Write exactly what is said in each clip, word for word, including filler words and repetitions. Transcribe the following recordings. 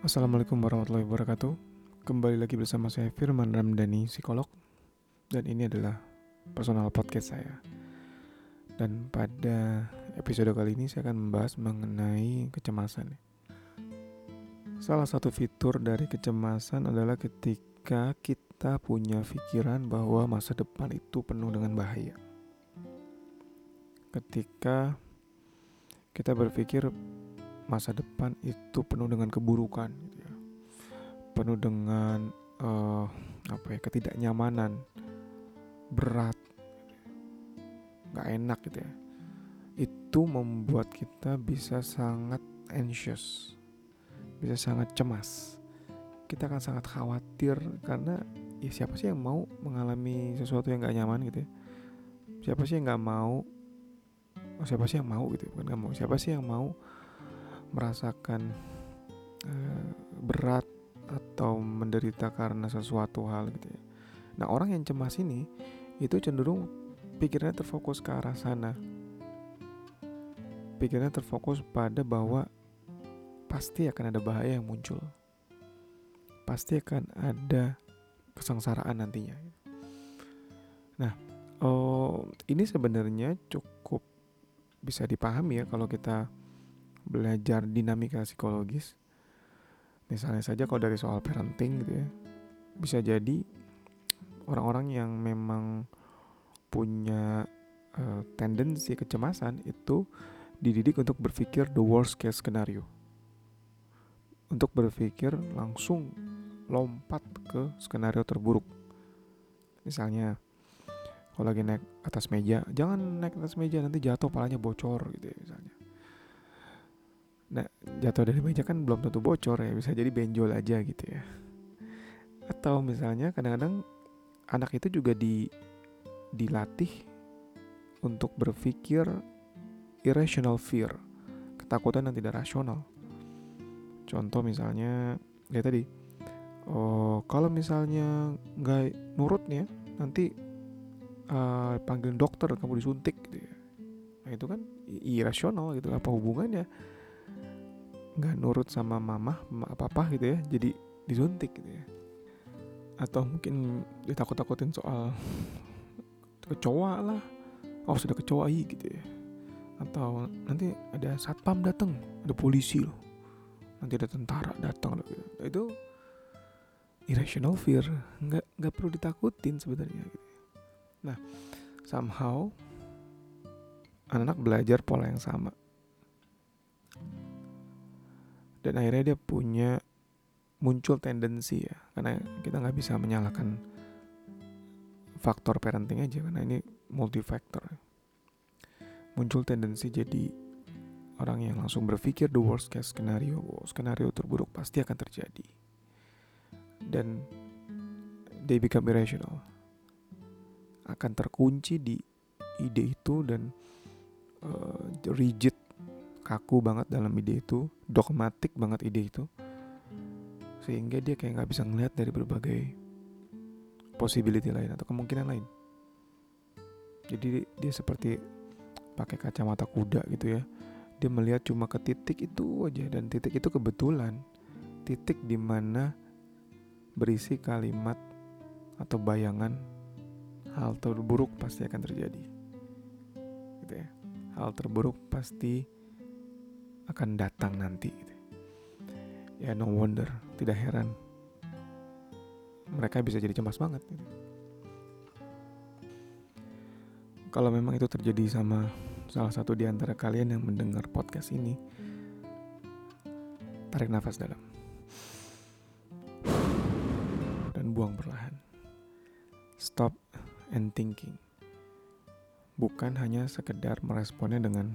Assalamualaikum warahmatullahi wabarakatuh. Kembali lagi bersama saya Firman Ramdhani, psikolog. Dan ini adalah personal podcast saya. Dan pada episode kali ini saya akan membahas mengenai kecemasan. Salah satu fitur dari kecemasan adalah ketika kita punya pikiran bahwa masa depan itu penuh dengan bahaya. Ketika kita berpikir masa depan itu penuh dengan keburukan, gitu ya. Penuh dengan uh, apa ya ketidaknyamanan, berat, nggak enak gitu ya. Itu membuat kita bisa sangat anxious, bisa sangat cemas. Kita akan sangat khawatir karena ya siapa sih yang mau mengalami sesuatu yang nggak nyaman gitu ya. Siapa sih yang nggak mau? Oh, siapa sih yang mau gitu? Bukan nggak mau. Siapa sih yang mau merasakan uh, berat atau menderita karena sesuatu hal gitu ya. Nah, orang yang cemas ini itu cenderung pikirannya terfokus ke arah sana. Pikirannya terfokus pada bahwa pasti akan ada bahaya yang muncul. Pasti akan ada kesengsaraan nantinya. Nah, oh, ini sebenarnya cukup bisa dipahami ya kalau kita belajar dinamika psikologis. Misalnya saja kalau dari soal parenting gitu ya, bisa jadi orang-orang yang memang punya uh, tendensi kecemasan itu dididik untuk berpikir the worst case scenario, untuk berpikir langsung lompat ke skenario terburuk. Misalnya kalau lagi naik atas meja, jangan naik atas meja, nanti jatuh palanya bocor gitu ya misalnya. Nah, jatuh dari meja kan belum tentu bocor ya, bisa jadi benjol aja gitu ya. Atau misalnya kadang-kadang anak itu juga di dilatih untuk berpikir irrational fear, ketakutan yang tidak rasional. Contoh misalnya ya tadi, oh kalau misalnya nggak nurut nih ya, nanti uh, panggil dokter, kamu disuntik gitu ya. Nah itu kan irasional gitu, apa hubungannya nggak nurut sama mama, apa-apa gitu ya, jadi disuntik gitu ya. Atau mungkin ditakut-takutin soal kecoa lah, oh sudah kecoa gitu ya. Atau nanti ada satpam datang, ada polisi loh, nanti ada tentara datang loh gitu. Itu irrational fear, nggak nggak perlu ditakutin sebenarnya. Gitu. Nah, somehow anak-anak belajar pola yang sama, dan akhirnya dia punya muncul tendensi ya, karena kita nggak bisa menyalahkan faktor parenting aja karena ini multifaktor. Muncul tendensi jadi orang yang langsung berpikir the worst case scenario, oh, skenario terburuk pasti akan terjadi, dan they become irrational, akan terkunci di ide itu dan uh, rigid, kaku banget dalam ide itu, dogmatik banget ide itu, sehingga dia kayak nggak bisa ngelihat dari berbagai possibility lain atau kemungkinan lain. Jadi dia seperti pakai kacamata kuda gitu ya. Dia melihat cuma ke titik itu aja, dan titik itu kebetulan titik di mana berisi kalimat atau bayangan hal terburuk pasti akan terjadi. Gitu ya. Hal terburuk pasti akan datang nanti gitu. Ya no wonder, tidak heran mereka bisa jadi cemas banget gitu. Kalau memang itu terjadi sama salah satu di antara kalian yang mendengar podcast ini, tarik nafas dalam dan buang perlahan. Stop and thinking. Bukan hanya sekedar meresponnya dengan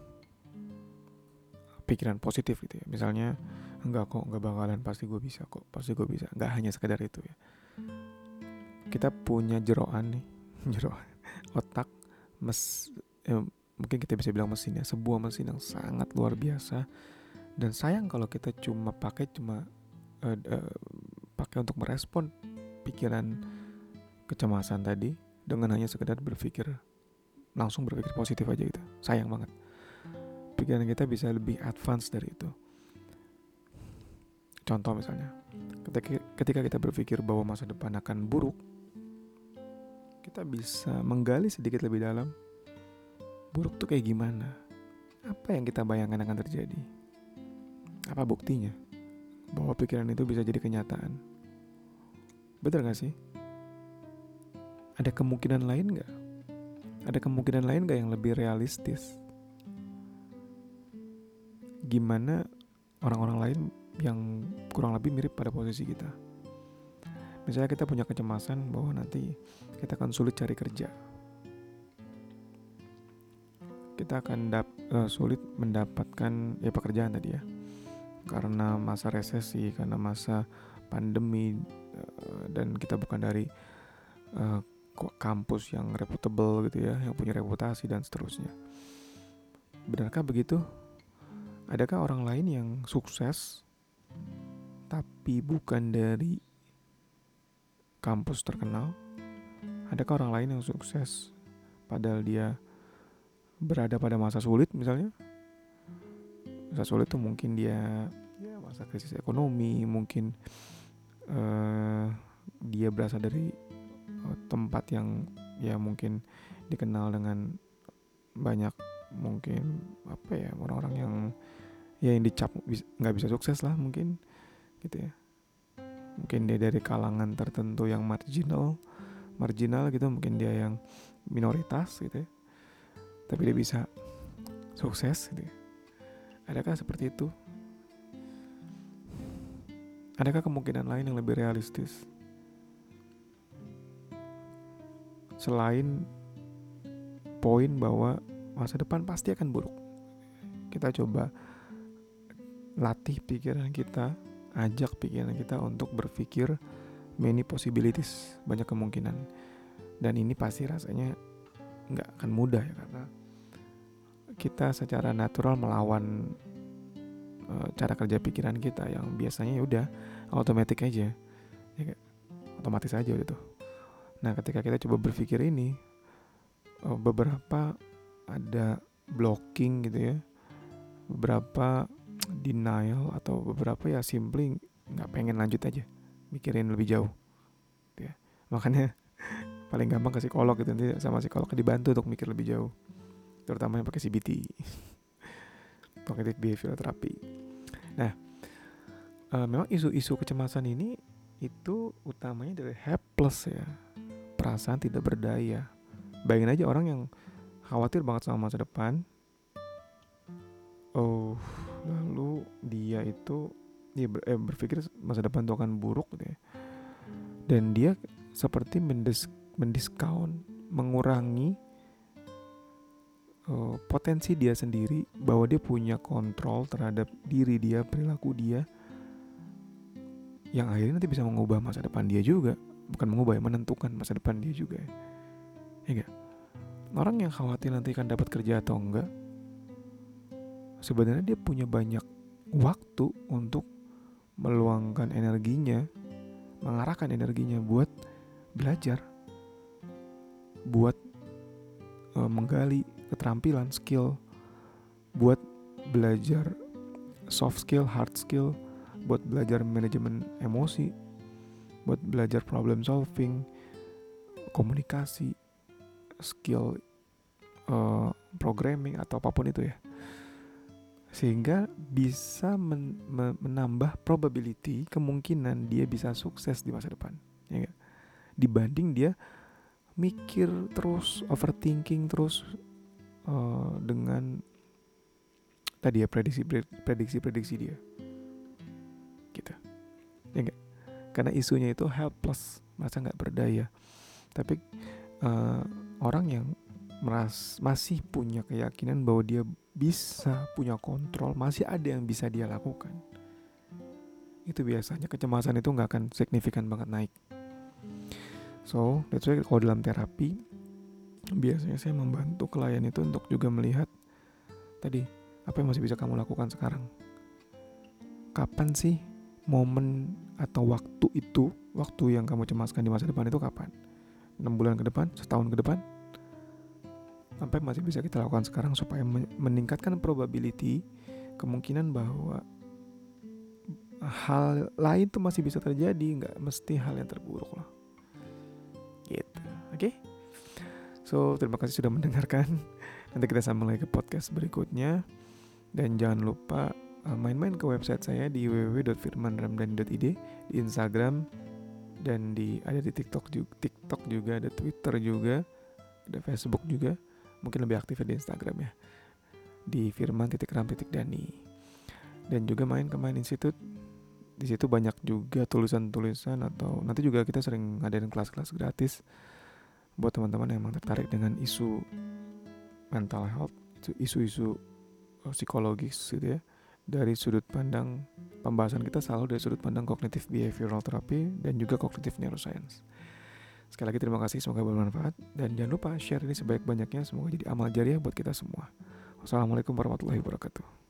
pikiran positif gitu ya. Misalnya, enggak kok, enggak bakalan, pasti gue bisa kok, pasti gue bisa. Enggak hanya sekedar itu ya. Kita punya jeroan nih, jeroan otak, mes, eh, mungkin kita bisa bilang mesin ya, sebuah mesin yang sangat luar biasa. Dan sayang kalau kita cuma pakai cuma uh, uh, pakai untuk merespon pikiran kecemasan tadi dengan hanya sekedar berpikir, langsung berpikir positif aja gitu. Sayang banget. Pikiran kita bisa lebih advance dari itu. Contoh misalnya, ketika, ketika kita berpikir bahwa masa depan akan buruk, kita bisa menggali sedikit lebih dalam. Buruk tuh kayak gimana? Apa yang kita bayangkan akan terjadi? Apa buktinya bahwa pikiran itu bisa jadi kenyataan? Betul gak sih? Ada kemungkinan lain gak? Ada kemungkinan lain gak yang lebih realistis? Gimana orang-orang lain yang kurang lebih mirip pada posisi kita? Misalnya kita punya kecemasan bahwa nanti kita akan sulit cari kerja, kita akan dap- uh, sulit mendapatkan ya pekerjaan tadi ya, karena masa resesi, karena masa pandemi, uh, dan kita bukan dari uh, kampus yang reputable gitu ya, yang punya reputasi dan seterusnya. Benarkah begitu? Adakah orang lain yang sukses tapi bukan dari kampus terkenal? Adakah orang lain yang sukses padahal dia berada pada masa sulit misalnya? Masa sulit tuh mungkin dia ya masa krisis ekonomi, mungkin uh, dia berasal dari uh, tempat yang ya mungkin dikenal dengan banyak mungkin apa ya orang-orang yang ya yang dicap nggak bisa sukses lah mungkin gitu ya. Mungkin dia dari kalangan tertentu yang marginal, marginal gitu, mungkin dia yang minoritas gitu ya. Tapi dia bisa sukses gitu ya. Adakah seperti itu? Adakah kemungkinan lain yang lebih realistis? Selain poin bahwa masa depan pasti akan buruk, kita coba latih pikiran kita, ajak pikiran kita untuk berpikir many possibilities, banyak kemungkinan. Dan ini pasti rasanya gak akan mudah ya, karena kita secara natural melawan uh, cara kerja pikiran kita yang biasanya ya udah otomatis aja, ya, otomatis aja udah tuh. Nah, ketika kita coba berpikir ini, uh, beberapa ada blocking gitu ya, beberapa denial atau beberapa ya simply nggak pengen lanjut aja, mikirin lebih jauh, gitu ya. Makanya paling gampang ke psikolog gitu, nanti sama psikolog dibantu untuk mikir lebih jauh. Terutama yang pakai C B T, Cognitive Behavioral Therapy. Nah, uh, memang isu-isu kecemasan ini itu utamanya dari helpless ya, perasaan tidak berdaya. Bayangin aja orang yang khawatir banget sama masa depan, oh lalu dia itu dia ber, eh, berpikir masa depan itu akan buruk gitu ya, dan dia seperti mendis, mendiskount, mengurangi Uh, potensi dia sendiri bahwa dia punya kontrol terhadap diri dia, perilaku dia, yang akhirnya nanti bisa mengubah masa depan dia juga. Bukan mengubah ya, menentukan masa depan dia juga ya. Ya gak? Orang yang khawatir nanti akan dapat kerja atau enggak, sebenarnya dia punya banyak waktu untuk meluangkan energinya, mengarahkan energinya buat belajar, buat uh, menggali keterampilan, skill, buat belajar soft skill, hard skill, buat belajar manajemen emosi, buat belajar problem solving, komunikasi, skill uh, programming atau apapun itu ya, sehingga bisa men- men- menambah probability, kemungkinan dia bisa sukses di masa depan, ya gak? Dibanding dia mikir terus, overthinking terus, Uh, dengan tadi ya prediksi prediksi prediksi dia gitu ya enggak, karena isunya itu helpless, merasa nggak berdaya. Tapi uh, orang yang meras masih punya keyakinan bahwa dia bisa punya kontrol, masih ada yang bisa dia lakukan, itu biasanya kecemasan itu nggak akan signifikan banget naik. So that's why kalau dalam terapi biasanya saya membantu klien itu untuk juga melihat tadi apa yang masih bisa kamu lakukan sekarang. Kapan sih momen atau waktu itu, waktu yang kamu cemaskan di masa depan itu kapan? enam bulan ke depan, setahun ke depan? Apa yang masih bisa kita lakukan sekarang supaya meningkatkan probability, kemungkinan bahwa hal lain tuh masih bisa terjadi, nggak mesti hal yang terburuk loh. Gitu, oke? Okay? So terima kasih sudah mendengarkan. Nanti kita sambung lagi ke podcast berikutnya. Dan jangan lupa uh, main-main ke website saya di w w w dot firman ramdhani dot i d, di Instagram, dan di ada di TikTok juga, TikTok juga, ada Twitter juga, ada Facebook juga. Mungkin lebih aktif di Instagram ya, di firman titik ram titik dhani. Dan juga main ke Mind Institute. Di situ banyak juga tulisan-tulisan, atau nanti juga kita sering ngadain kelas-kelas gratis buat teman-teman yang memang tertarik dengan isu mental health, isu-isu psikologis gitu ya, dari sudut pandang pembahasan kita selalu dari sudut pandang kognitif behavioral therapy dan juga kognitif neuroscience. Sekali lagi terima kasih, semoga bermanfaat, dan jangan lupa share ini sebaik-banyaknya, semoga jadi amal jariah buat kita semua. Wassalamualaikum warahmatullahi wabarakatuh.